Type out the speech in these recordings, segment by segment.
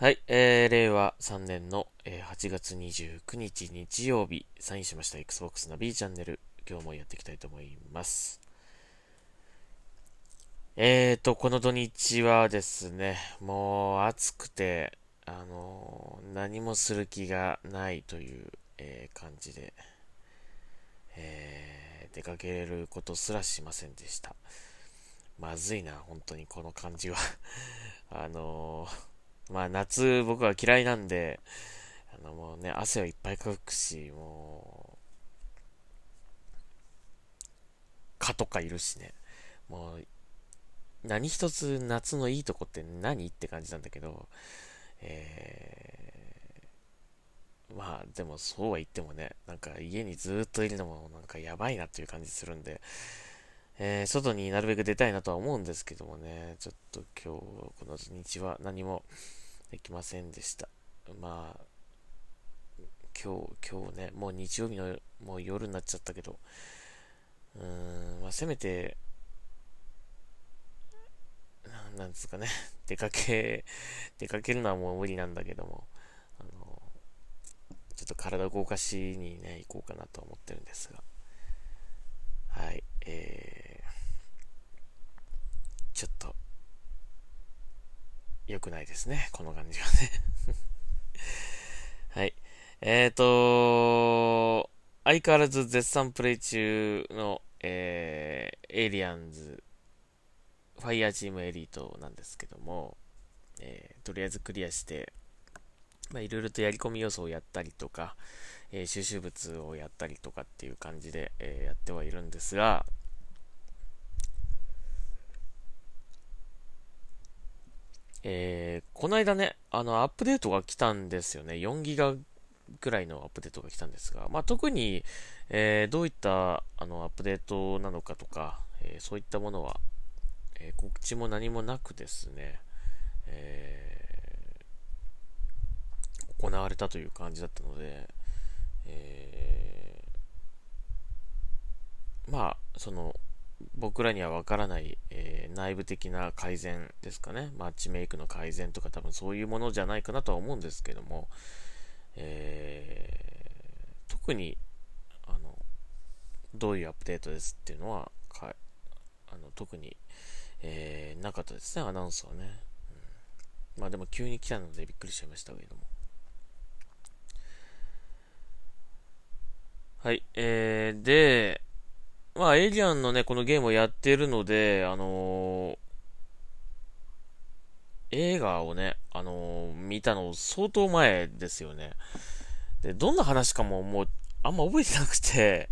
はい、令和3年の、8月29日日曜日、サインしました Xbox の B チャンネル、今日もやっていきたいと思います。この土日はですね、もう暑くて、何もする気がないという、感じで、出かけることすらしませんでした。まずいな、本当にこの感じは。まあ夏僕は嫌いなんで、もうね、汗はいっぱいかくし、もう、蚊とかいるしね。もう、何一つ夏のいいとこって何って感じなんだけど、まあ、でもそうは言ってもね、なんか家にずっといるのもなんかやばいなっていう感じするんで、外になるべく出たいなとは思うんですけどもね、ちょっと今日、この土日は何もできませんでした。まあ、今日ね、もう日曜日のもう夜になっちゃったけど、まあ、せめて、なんですかね、出かけ、出かけるのはもう無理なんだけども、あの、ちょっと体を動かしにね、行こうかなと思ってるんですが、はい、ちょっと良くないですね、この感じはね。はい。相変わらず絶賛プレイ中の、エイリアンズ、ファイヤーチームエリートなんですけども、とりあえずクリアして、まあ、いろいろとやり込み要素をやったりとか、収集物をやったりとかっていう感じで、やってはいるんですが、この間ね、アップデートが来たんですよね。4ギガくらいのアップデートが来たんですが、まあ、特に、どういったアップデートなのかとか、そういったものは、告知も何もなくですね、行われたという感じだったので、えまあ、僕らにはわからない、内部的な改善ですかね。マッチメイクの改善とか多分そういうものじゃないかなとは思うんですけども、特に、あの、どういうアップデートですっていうのは、特に、なかったですね、アナウンスはね。まあでも急に来たのでびっくりしちゃいましたけれども。はい、で、まあエイリアンのね、このゲームをやってるので、映画をね、見たの相当前ですよね。で、どんな話かももう、あんま覚えてなくて、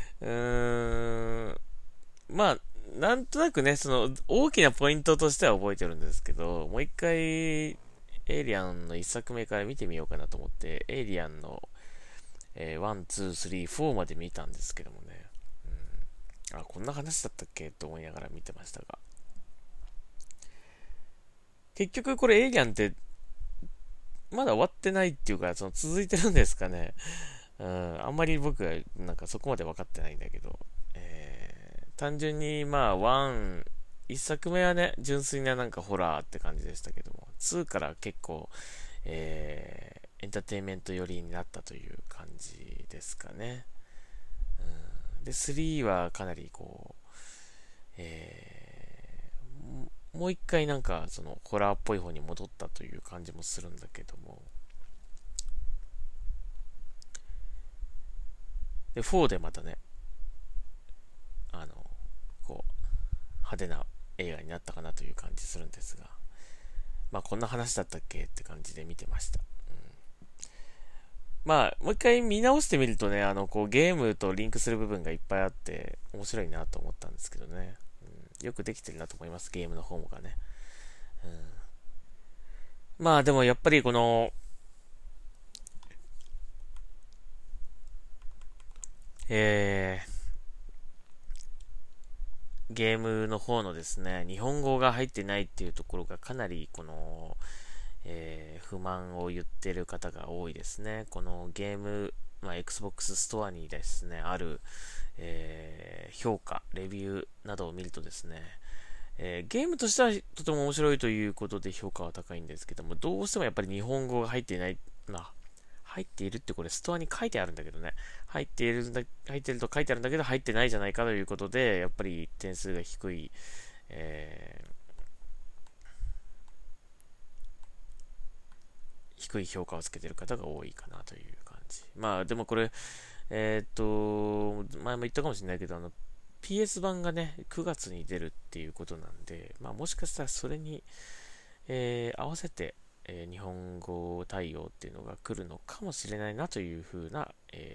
まあ、なんとなくね、大きなポイントとしては覚えてるんですけど、もう一回、エイリアンの一作目から見てみようかなと思って、エイリアンの、1、2、3、4まで見たんですけどもね、あ、こんな話だったっけと思いながら見てましたが、結局これエイリアンってまだ終わってないっていうか、続いてるんですかね。あんまり僕はなんかそこまで分かってないんだけど、単純にまあ、一作目はね、純粋ななんかホラーって感じでしたけども、2から結構、エンターテインメント寄りになったという感じですかね。で、3はかなりこう、もう一回なんかそのホラーっぽい方に戻ったという感じもするんだけども、で、4でまたね、あの、こう、派手な映画になったかなという感じするんですが、まあこんな話だったっけって感じで見てました。まあ、もう一回見直してみるとね、こうゲームとリンクする部分がいっぱいあって、面白いなと思ったんですけどね。よくできてるなと思います、ゲームの方もがね。まあでもやっぱりこの、えゲームの方のですね、日本語が入ってないっていうところがかなりこの、不満を言ってる方が多いですね。このゲーム、まあ、Xbox ストアにですね、ある、評価、レビューなどを見るとですね、 ゲームとしてはとても面白いということで評価は高いんですけども、どうしてもやっぱり日本語が入っていない、まあ、入っているってこれストアに書いてあるんだけどね、入ってると書いてあるんだけど入ってないじゃないかということで、やっぱり点数が低い、低い評価をつけている方が多いかなという感じ。まあでもこれ、前も言ったかもしれないけど、PS 版がね、9月に出るっていうことなんで、まあもしかしたらそれに、合わせて、日本語対応っていうのが来るのかもしれないなというふうな、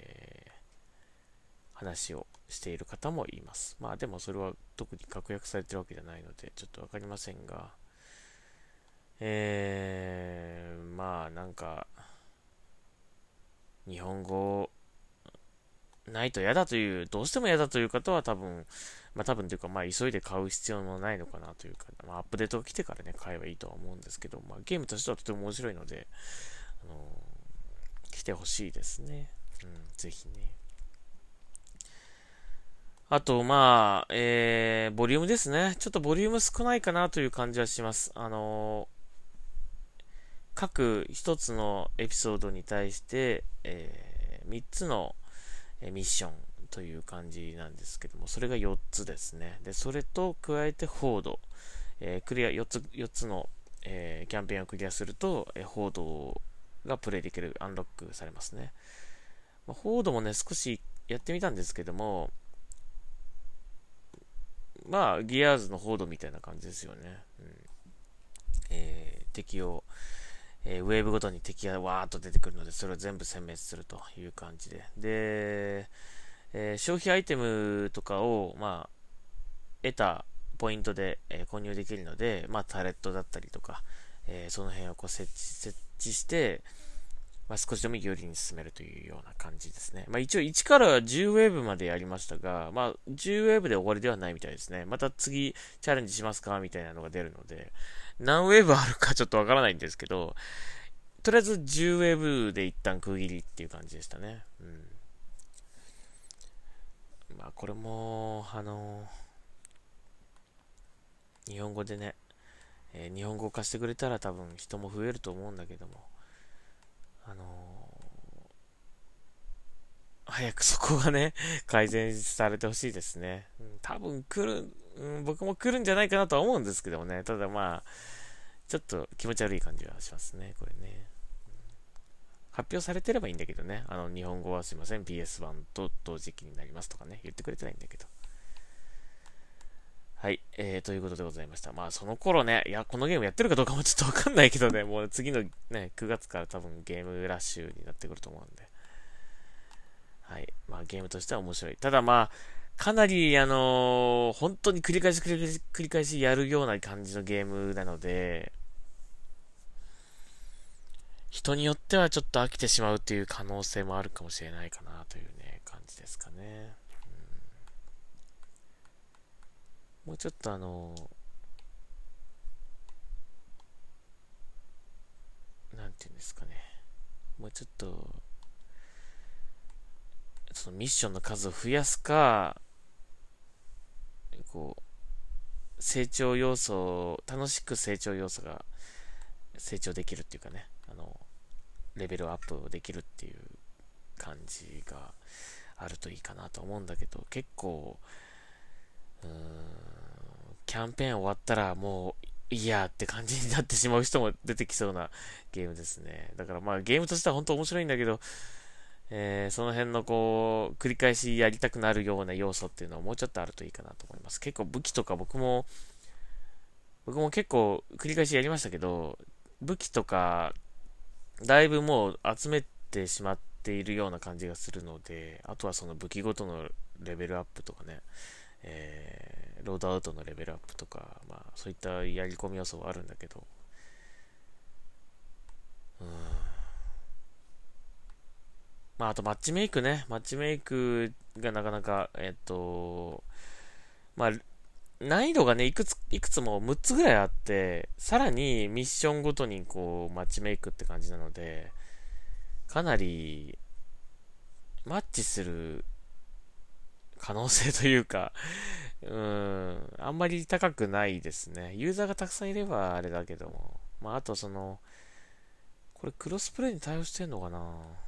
話をしている方もいます。まあでもそれは特に確約されてるわけじゃないので、ちょっとわかりませんが、まあなんか、日本語ないと嫌だという、どうしても嫌だという方は多分というか、まあ急いで買う必要もないのかなというか、まあアップデートが来てからね、買えばいいとは思うんですけど、まあゲームとしてはとても面白いので、来てほしいですね。うん、ぜひね。あと、まあ、ボリュームですね。ちょっとボリューム少ないかなという感じはします。各一つのエピソードに対して、3つのミッションという感じなんですけども、それが4つですね。で、それと加えてフォード、クリア4つの、キャンペーンをクリアすると、フォードがプレイできる、アンロックされますね。まあ、フォードもね、少しやってみたんですけども、まあ、ギアーズのフォードみたいな感じですよね。うん、敵を、ウェーブごとに敵がわーっと出てくるので、それを全部殲滅するという感じで。で、消費アイテムとかを、まあ、得たポイントで、購入できるので、まあ、タレットだったりとか、その辺をこう設置して、まあ、少しでも有利に進めるというような感じですね。まあ、一応1から10ウェーブまでやりましたが、まあ、10ウェーブで終わりではないみたいですね。また次チャレンジしますかみたいなのが出るので、何ウェーブあるかちょっとわからないんですけど、とりあえず10ウェーブで一旦区切りっていう感じでしたね。うん。まあ、これも、日本語でね、日本語を貸してくれたら多分人も増えると思うんだけども、あの早くそこがね、改善されてほしいですね。うん、多分来る、うん、僕も来るんじゃないかなとは思うんですけどもね。ただまあ、ちょっと気持ち悪い感じはしますね、これね。発表されてればいいんだけどね。日本語はすいません、PS 版と同時期になりますとかね、言ってくれてないんだけど。はい、ということでございました。まあ、その頃ね、いや、このゲームやってるかどうかもちょっとわかんないけどね、もう次のね、9月から多分ゲームラッシュになってくると思うんで。はい。まあ、ゲームとしては面白い。ただまあ、かなり、本当に繰り返しやるような感じのゲームなので、人によってはちょっと飽きてしまうっていう可能性もあるかもしれないかなというね、感じですかね。もうちょっとなんていうんですかね。もうちょっと、そのミッションの数を増やすか、こ成長要素、楽しく成長要素が成長できるっていうかね、レベルアップできるっていう感じがあるといいかなと思うんだけど、結構、キャンペーン終わったらもういやって感じになってしまう人も出てきそうなゲームですね。だからまあゲームとしては本当面白いんだけど、その辺のこう、繰り返しやりたくなるような要素っていうのはもうちょっとあるといいかなと思います。結構武器とか僕も結構繰り返しやりましたけど、武器とか、だいぶもう集めてしまっているような感じがするので、あとはその武器ごとのレベルアップとかね、ロードアウトのレベルアップとか、まあそういったやり込み要素はあるんだけど、うん、まああとマッチメイクね、マッチメイクがなかなか、まあ難易度がね、いくつも6つぐらいあって、さらにミッションごとにこう、マッチメイクって感じなので、かなり、マッチする可能性というか、あんまり高くないですね。ユーザーがたくさんいればあれだけども。まあ、あとこれクロスプレイに対応してんのかな。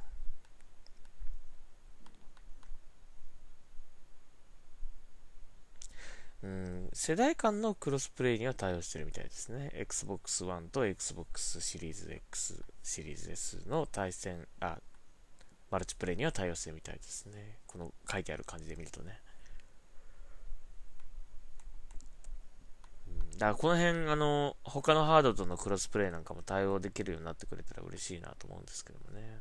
世代間のクロスプレイには対応してるみたいですね。Xbox One と Xbox シリーズ X、シリーズ S のマルチプレイには対応してるみたいですね。この書いてある感じで見るとね。だからこの辺、他のハードとのクロスプレイなんかも対応できるようになってくれたら嬉しいなと思うんですけどもね。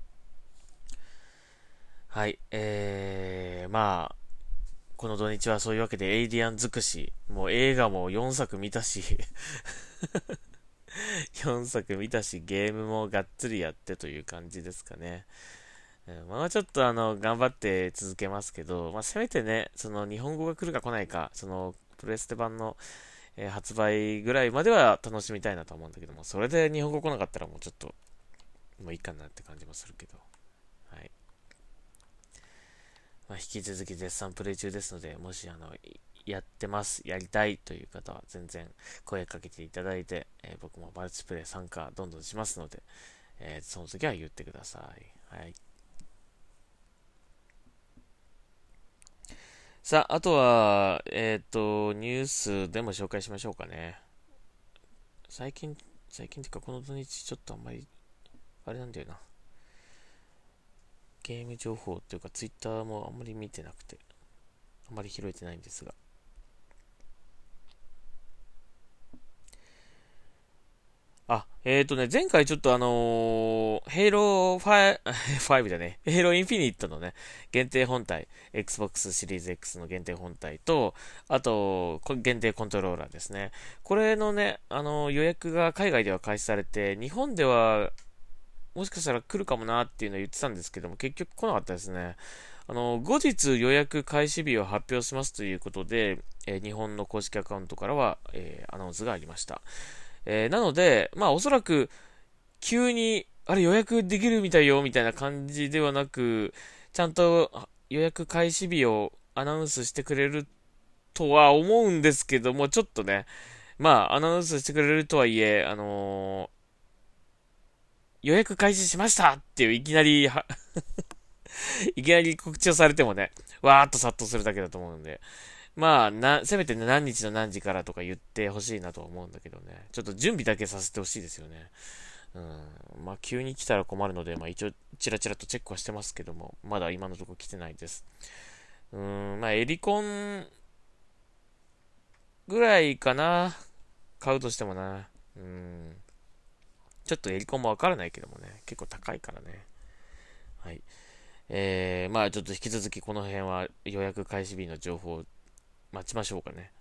はい。まあ、この土日はそういうわけでエイリアン尽くし、もう映画も4作見たし4作見たし、ゲームもがっつりやってという感じですかね。まあちょっと頑張って続けますけど、まあせめてね、その日本語が来るか来ないか、そのプレステ版の、発売ぐらいまでは楽しみたいなと思うんだけども、それで日本語来なかったらもうちょっと、もういいかなって感じもするけど、はい。まあ、引き続き絶賛プレイ中ですので、もしやってます、やりたいという方は全然声かけていただいて、僕もマルチプレイ参加どんどんしますので、その時は言ってください。はい。さあ、あとは、ニュースでも紹介しましょうかね。最近、最近っていうかこの土日ちょっとあんまり、あれなんだよな。ゲーム情報っていうかツイッターもあんまり見てなくて、あんまり拾えてないんですが。前回ちょっとヘイロー5、だね。ヘイローインフィニットのね、限定本体、Xbox シリーズ X の限定本体と、あと、限定コントローラーですね。これのね、予約が海外では開始されて、日本ではもしかしたら来るかもなっていうのを言ってたんですけども、結局来なかったですね。後日予約開始日を発表しますということで、日本の公式アカウントからは、アナウンスがありました。なので、まあおそらく、急に、あれ予約できるみたいよ、みたいな感じではなく、ちゃんと予約開始日をアナウンスしてくれるとは思うんですけども、ちょっとね、まあアナウンスしてくれるとはいえ、予約開始しましたっていういきなりいきなり告知をされてもね、わーっと殺到するだけだと思うんで、まあ、せめてね、何日の何時からとか言ってほしいなとは思うんだけどね。ちょっと準備だけさせてほしいですよね。まあ、急に来たら困るので、まあ、一応、チラチラとチェックはしてますけども、まだ今のところ来てないです。まあ、エリコンぐらいかな。買うとしてもな。ちょっとエリコンもわからないけどもね。結構高いからね。はい。まあ、ちょっと引き続きこの辺は予約開始日の情報を待ちましょうかね。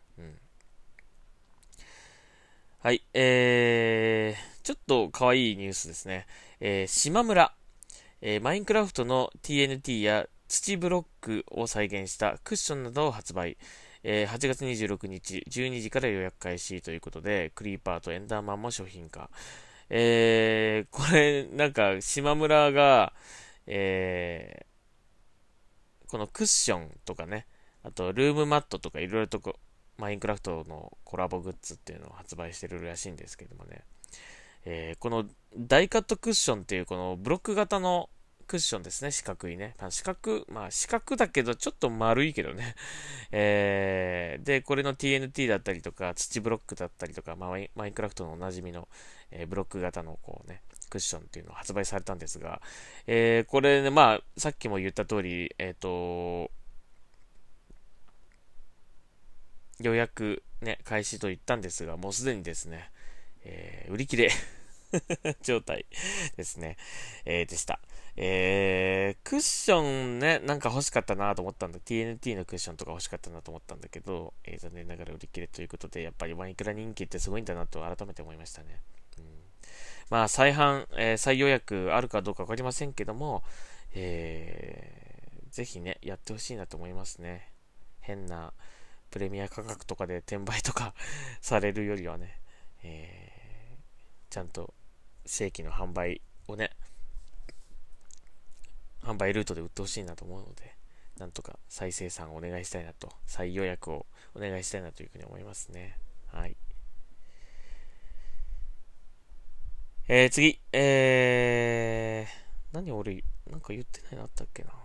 はい。ちょっと可愛いニュースですね。島村。マインクラフトの TNT や土ブロックを再現したクッションなどを発売。8月26日12時から予約開始ということで、クリーパーとエンダーマンも商品化。これ、なんか、島村が、このクッションとかね、あとルームマットとかいろいろとマインクラフトのコラボグッズっていうのを発売してるらしいんですけどもね、このダイカットクッションっていうこのブロック型のクッションですね、四角いね。まあ四角だけどちょっと丸いけどね。で、これの TNT だったりとか、土ブロックだったりとか、まあ、マインクラフトのおなじみの、ブロック型のこうね、クッションっていうのを発売されたんですが、これね、まあ、さっきも言った通り、予約ね、開始と言ったんですが、もうすでにですね、売り切れ状態ですね、でした。クッションね、なんか欲しかったなと思ったんだ。TNT のクッションとか欲しかったなと思ったんだけど、残念ながら売り切れということで、やっぱりマイクラ人気ってすごいんだなと改めて思いましたね。まあ、再予約あるかどうかわかりませんけども、ぜひね、やってほしいなと思いますね。変なプレミア価格とかで転売とかされるよりはね、ちゃんと正規の販売をね、販売ルートで売ってほしいなと思うので、 なんとか再生産をお願いしたいなと、再予約をお願いしたいなというふうに思いますね。はい。次。何俺、なんか言ってないのあったっけな。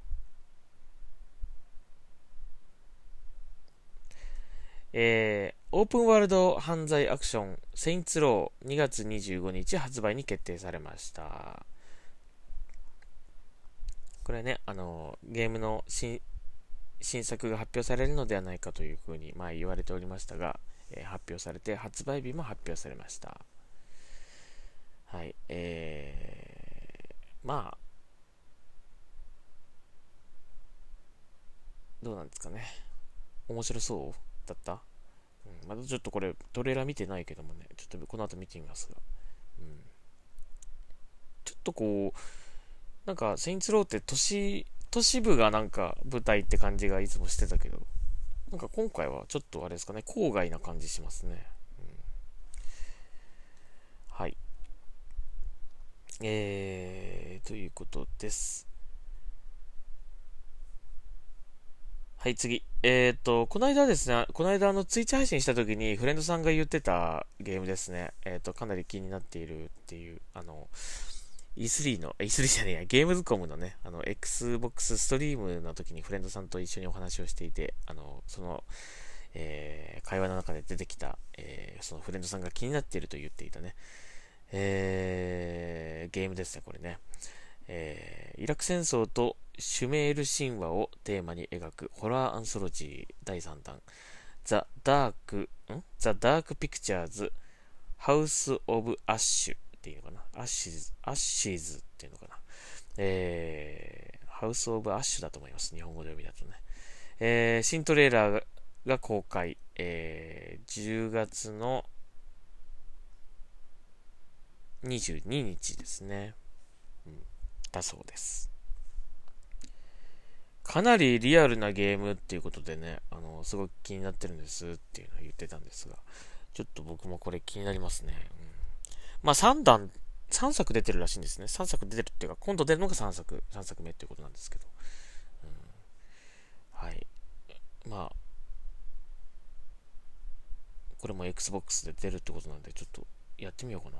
オープンワールド犯罪アクション、セインツロー2月25日発売に決定されました。これね、ゲームの新作が発表されるのではないかというふうに、言われておりましたが、発表されて、発売日も発表されました。はい。まあ、どうなんですかね。面白そうだった。まだちょっとこれ、トレーラー見てないけどもね、ちょっとこの後見てみますが。うん、ちょっとこう、なんか、セインツローって都市部がなんか舞台って感じがいつもしてたけど、なんか今回はちょっとあれですかね、郊外な感じしますね。うん、はい。ということです。はい、次。この間ですね、この間ツイッチ配信した時にフレンドさんが言ってたゲームですね。かなり気になっているっていう、E3 の、E3 じゃねえや、ゲームズコムのね、Xbox ストリームの時にフレンドさんと一緒にお話をしていて、その、会話の中で出てきた、そのフレンドさんが気になっていると言っていたね、ゲームですね、これね。イラク戦争とシュメール神話をテーマに描くホラーアンソロジー第3弾、ザ・ダーク・ピクチャーズ・ハウス・オブ・アッシュっていうのかな、アッシーズっていうのかな、ハウス・オブ・アッシュだと思います。日本語で読みだとね。新トレーラーが公開、10月の22日ですね。だそうです。かなりリアルなゲームっていうことでね、すごく気になってるんですっていうのを言ってたんですが、ちょっと僕もこれ気になりますね。3作出てるらしいんですね。3作出てるっていうか、今度出るのが3作目っていうことなんですけど。はい。まあ、これも Xbox で出るってことなんで、ちょっとやってみようかな。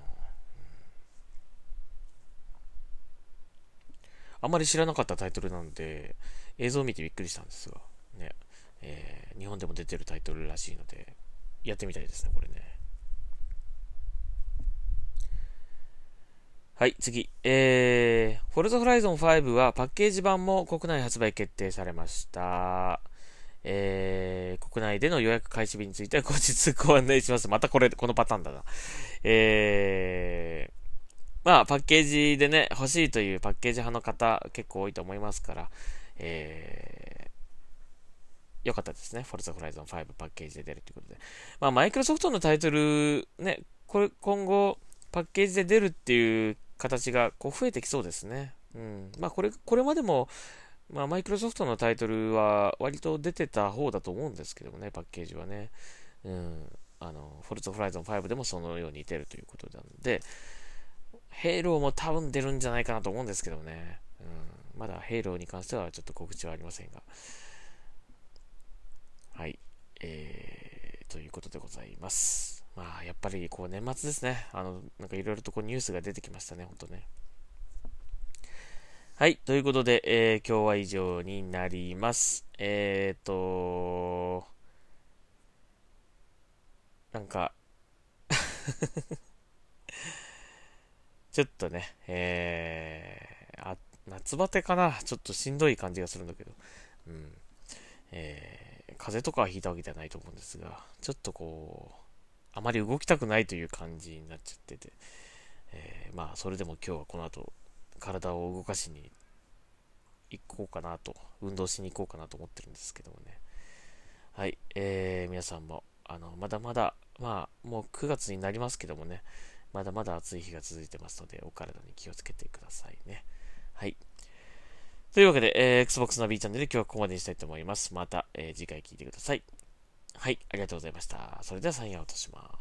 あんまり知らなかったタイトルなんで、映像を見てびっくりしたんですが、ね、日本でも出てるタイトルらしいので、やってみたいですね、これね。はい、次。フォルザホライゾン5はパッケージ版も国内発売決定されました。国内での予約開始日については後日ご案内します。またこのパターンだな。パッケージでね、欲しいというパッケージ派の方結構多いと思いますから、よかったですね。フォルザホライゾン5パッケージで出るということで。マイクロソフトのタイトル、ね、今後、パッケージで出るっていう形がこう増えてきそうですね。これまでも、マイクロソフトのタイトルは割と出てた方だと思うんですけどもね、パッケージはね。フォルツァホライゾン5でもそのように出るということなので、ヘイローも多分出るんじゃないかなと思うんですけどね。まだヘイローに関してはちょっと告知はありませんが。はい。ということでございます。やっぱりこう年末ですね。なんかいろいろとこうニュースが出てきましたね、ほんとね。はい。ということで、今日は以上になります。なんかちょっとね、夏バテかな。ちょっとしんどい感じがするんだけど。うん。風邪とかはひいたわけではないと思うんですが、ちょっとこう、あまり動きたくないという感じになっちゃってて、それでも今日はこの後、体を動かしに行こうかなと、運動しに行こうかなと思ってるんですけどもね。はい、皆さんも、まだまだ、もう9月になりますけどもね、まだまだ暑い日が続いてますので、お体に気をつけてくださいね。はい。というわけで、Xbox の B チャンネル今日はここまでにしたいと思います。また、次回聞いてください。はい、ありがとうございました。それではサインアウトします。